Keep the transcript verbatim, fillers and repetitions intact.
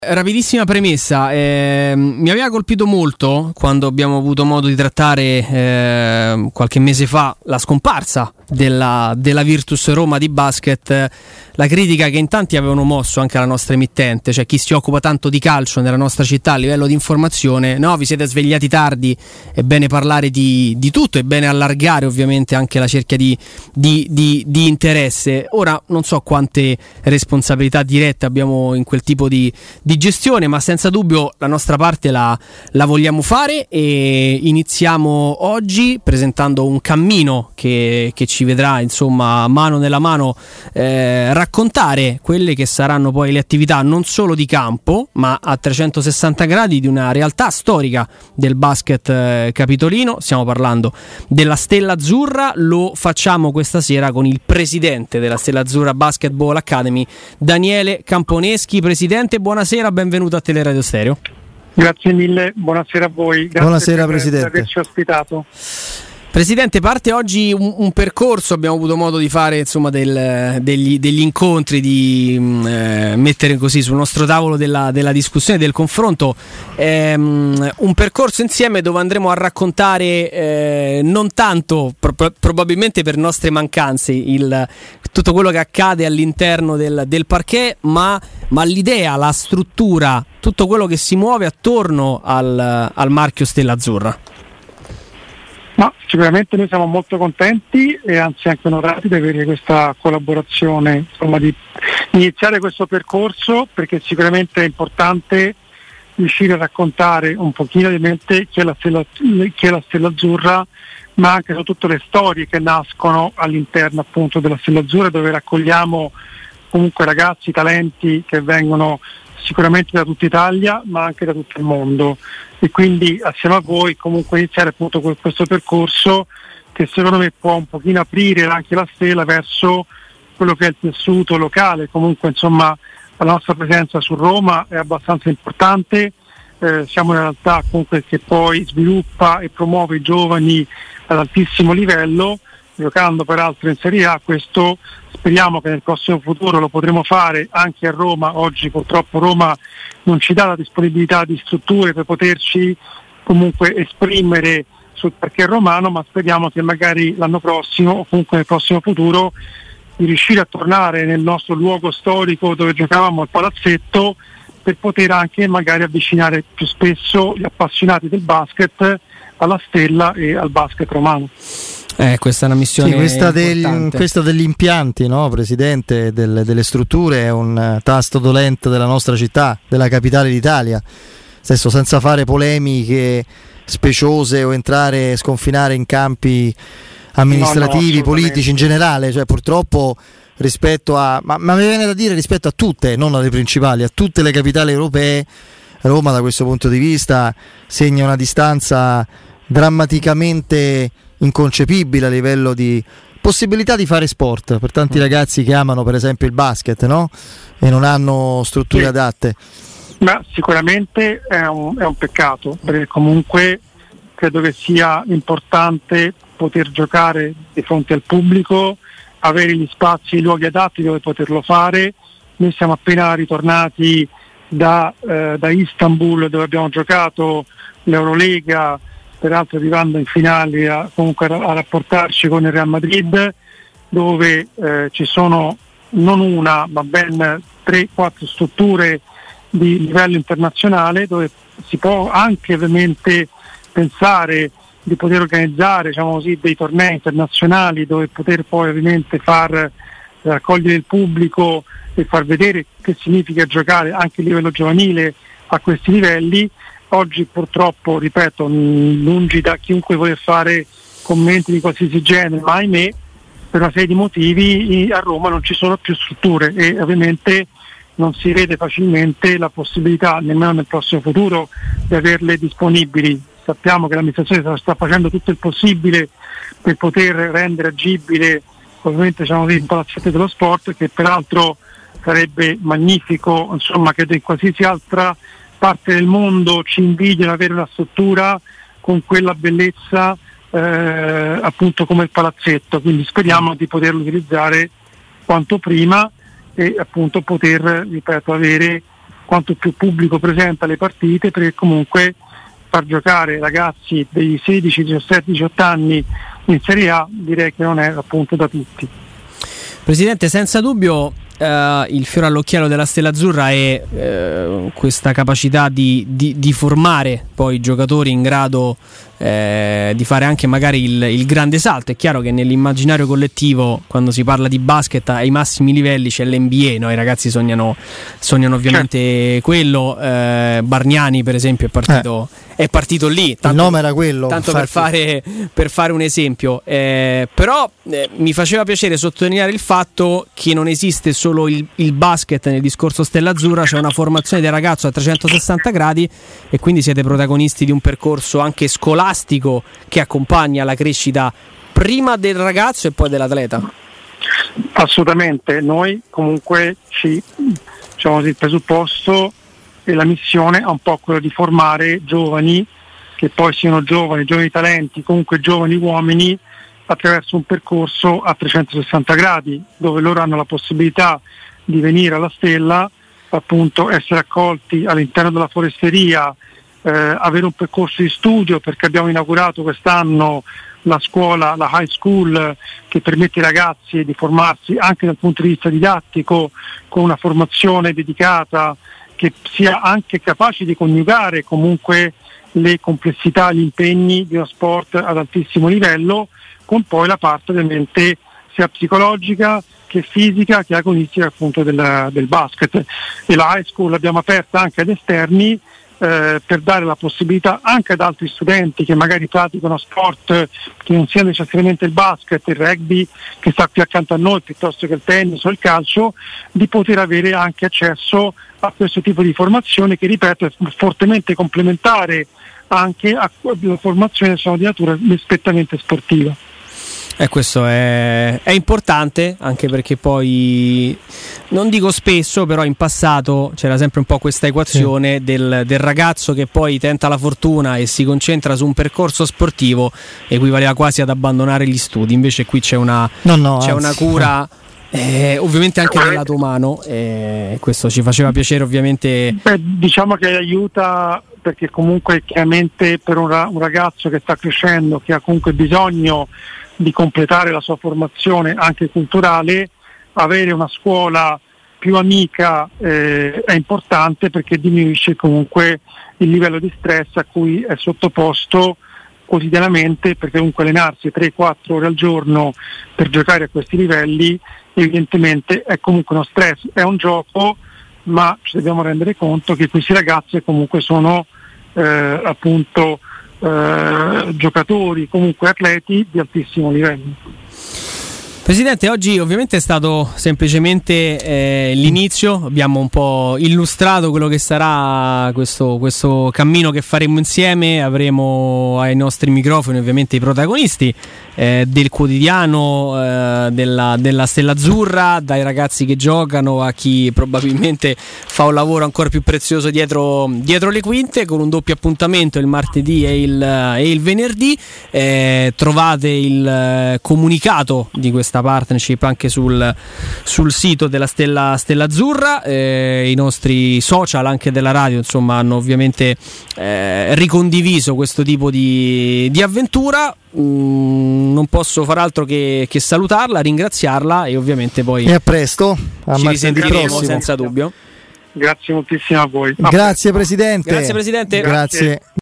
Rapidissima premessa, eh, mi aveva colpito molto quando abbiamo avuto modo di trattare eh, qualche mese fa la scomparsa della, della Virtus Roma di basket, la critica che in tanti avevano mosso anche alla nostra emittente, cioè chi si occupa tanto di calcio nella nostra città a livello di informazione: no, vi siete svegliati tardi, è bene parlare di, di tutto, è bene allargare ovviamente anche la cerchia di, di, di, di interesse. Ora non so quante responsabilità dirette abbiamo in quel tipo di, di gestione, ma senza dubbio la nostra parte la, la vogliamo fare, e iniziamo oggi presentando un cammino che, che ci vedrà insomma mano nella mano eh, raccontare quelle che saranno poi le attività non solo di campo ma a trecentosessanta gradi di una realtà storica del basket eh, capitolino. Stiamo parlando della Stella Azzurra, lo facciamo questa sera con il presidente della Stella Azzurra Basketball Academy, Daniele Camponeschi. Presidente, buonasera, benvenuto a Teleradio Stereo. Grazie mille, buonasera a voi. Grazie buonasera per, Presidente. per averci ospitato. Presidente, parte oggi un, un percorso, abbiamo avuto modo di fare insomma del, degli, degli incontri, di eh, mettere così sul nostro tavolo della, della discussione, del confronto, ehm, un percorso insieme dove andremo a raccontare eh, non tanto, pro- probabilmente per nostre mancanze, il, tutto quello che accade all'interno del, del parquet, ma, ma l'idea, la struttura, tutto quello che si muove attorno al, al marchio Stella Azzurra. Ma sicuramente noi siamo molto contenti e anzi anche onorati di avere questa collaborazione, insomma, di iniziare questo percorso, perché sicuramente è importante riuscire a raccontare un pochino ovviamente chi è la Stella, chi è la Stella Azzurra, ma anche soprattutto le storie che nascono all'interno appunto della Stella Azzurra, dove raccogliamo comunque ragazzi, talenti che vengono sicuramente da tutta Italia ma anche da tutto il mondo, e quindi assieme a voi comunque iniziare appunto con questo percorso che secondo me può un pochino aprire anche la Stella verso quello che è il tessuto locale. Comunque insomma la nostra presenza su Roma è abbastanza importante, eh, siamo una realtà comunque che poi sviluppa e promuove i giovani ad altissimo livello, giocando peraltro in Serie A. Questo speriamo che nel prossimo futuro lo potremo fare anche a Roma. Oggi purtroppo Roma non ci dà la disponibilità di strutture per poterci comunque esprimere sul parquet romano, ma speriamo che magari l'anno prossimo o comunque nel prossimo futuro di riuscire a tornare nel nostro luogo storico dove giocavamo al palazzetto, per poter anche magari avvicinare più spesso gli appassionati del basket alla Stella e al basket romano. Eh, questa è una missione sì, questa, del, questa degli impianti, no, Presidente, del, delle strutture è un tasto dolente della nostra città, della capitale d'Italia. Stesso, senza fare polemiche speciose o entrare, sconfinare in campi amministrativi, no, no, politici in generale, cioè purtroppo rispetto a, ma, ma mi viene da dire rispetto a tutte, non alle principali, a tutte le capitali europee, Roma da questo punto di vista segna una distanza drammaticamente inconcepibile a livello di possibilità di fare sport per tanti ragazzi che amano per esempio il basket, no? E non hanno strutture sì. adatte. Ma sicuramente è un, è un peccato, perché comunque credo che sia importante poter giocare di fronte al pubblico, avere gli spazi, i luoghi adatti dove poterlo fare. Noi siamo appena ritornati da, eh, da Istanbul, dove abbiamo giocato l'Eurolega, peraltro arrivando in finale a, comunque a rapportarci con il Real Madrid, dove eh, ci sono non una ma ben tre quattro strutture di livello internazionale, dove si può anche ovviamente pensare di poter organizzare, diciamo così, dei tornei internazionali dove poter poi ovviamente far raccogliere il pubblico e far vedere che significa giocare anche a livello giovanile a questi livelli. Oggi purtroppo, ripeto, lungi da chiunque voler fare commenti di qualsiasi genere, ma ahimè per una serie di motivi a Roma non ci sono più strutture e ovviamente non si vede facilmente la possibilità, nemmeno nel prossimo futuro, di averle disponibili. Sappiamo che l'amministrazione sta facendo tutto il possibile per poter rendere agibile ovviamente, diciamo, il palazzetto dello sport, che peraltro sarebbe magnifico, insomma, che in qualsiasi altra parte del mondo ci invidiano avere una struttura con quella bellezza eh, appunto come il palazzetto, quindi speriamo di poterlo utilizzare quanto prima e appunto poter, ripeto, avere quanto più pubblico presente alle partite, perché comunque far giocare ragazzi dei sedici, diciassette, diciotto anni in Serie A direi che non è appunto da tutti. Presidente, senza dubbio Uh, il fiore all'occhiello della Stella Azzurra è uh, questa capacità di, di, di formare poi giocatori in grado eh, di fare anche magari il, il grande salto. È chiaro che nell'immaginario collettivo, quando si parla di basket ai massimi livelli, c'è l'N B A, no? I ragazzi sognano, sognano ovviamente certo. quello. eh, Bargnani per esempio è partito, eh. è partito lì, tanto, il nome era quello, tanto per fare, per fare un esempio, eh, però eh, mi faceva piacere sottolineare il fatto che non esiste solo Il, il basket nel discorso Stella Azzurra, c'è una formazione del ragazzo a trecentosessanta gradi e quindi siete protagonisti di un percorso anche scolastico che accompagna la crescita prima del ragazzo e poi dell'atleta. Assolutamente, noi comunque ci, diciamo così, il presupposto e la missione è un po' quello di formare giovani, che poi siano giovani, giovani talenti, comunque giovani uomini, attraverso un percorso a trecentosessanta gradi, dove loro hanno la possibilità di venire alla Stella, appunto essere accolti all'interno della foresteria, eh, avere un percorso di studio, perché abbiamo inaugurato quest'anno la scuola, la high school, che permette ai ragazzi di formarsi anche dal punto di vista didattico, con una formazione dedicata che sia anche capace di coniugare comunque le complessità, gli impegni di uno sport ad altissimo livello, con poi la parte ovviamente sia psicologica che fisica che agonistica appunto del, del basket. E la high school l'abbiamo aperta anche ad esterni eh, per dare la possibilità anche ad altri studenti che magari praticano sport che non sia necessariamente il basket, il rugby che sta qui accanto a noi, piuttosto che il tennis o il calcio, di poter avere anche accesso a questo tipo di formazione che, ripeto, è fortemente complementare anche alla formazione di natura strettamente sportiva. E eh, questo è, è importante, anche perché poi, non dico spesso, però in passato c'era sempre un po' questa equazione sì. del, del ragazzo che poi tenta la fortuna e si concentra su un percorso sportivo, equivaleva quasi ad abbandonare gli studi. Invece qui c'è una, no, no, c'è anzi, una cura eh, ovviamente anche del lato umano, e questo ci faceva piacere ovviamente. Beh, diciamo che aiuta, perché comunque chiaramente per un, ra- un ragazzo che sta crescendo, che ha comunque bisogno di completare la sua formazione anche culturale, avere una scuola più amica eh, è importante, perché diminuisce comunque il livello di stress a cui è sottoposto quotidianamente, perché comunque allenarsi tre quattro ore al giorno per giocare a questi livelli evidentemente è comunque uno stress, è un gioco, ma ci dobbiamo rendere conto che questi ragazzi comunque sono eh, appunto Uh, giocatori, comunque atleti di altissimo livello. Presidente, oggi ovviamente è stato semplicemente eh, l'inizio, abbiamo un po' illustrato quello che sarà questo, questo cammino che faremo insieme, avremo ai nostri microfoni ovviamente i protagonisti eh, del quotidiano eh, della, della Stella Azzurra, dai ragazzi che giocano a chi probabilmente fa un lavoro ancora più prezioso dietro, dietro le quinte, con un doppio appuntamento il martedì e il, e il venerdì. Eh, trovate il eh, comunicato di questa partnership anche sul, sul sito della Stella, Stella Azzurra. Eh, i nostri social anche della radio insomma hanno ovviamente eh, ricondiviso questo tipo di, di avventura. Mm, non posso far altro che, che salutarla, ringraziarla e ovviamente poi e a presto, a ci risentiremo prossimo. Senza dubbio. Grazie moltissimo a voi. Grazie Presidente. Grazie Presidente. Grazie.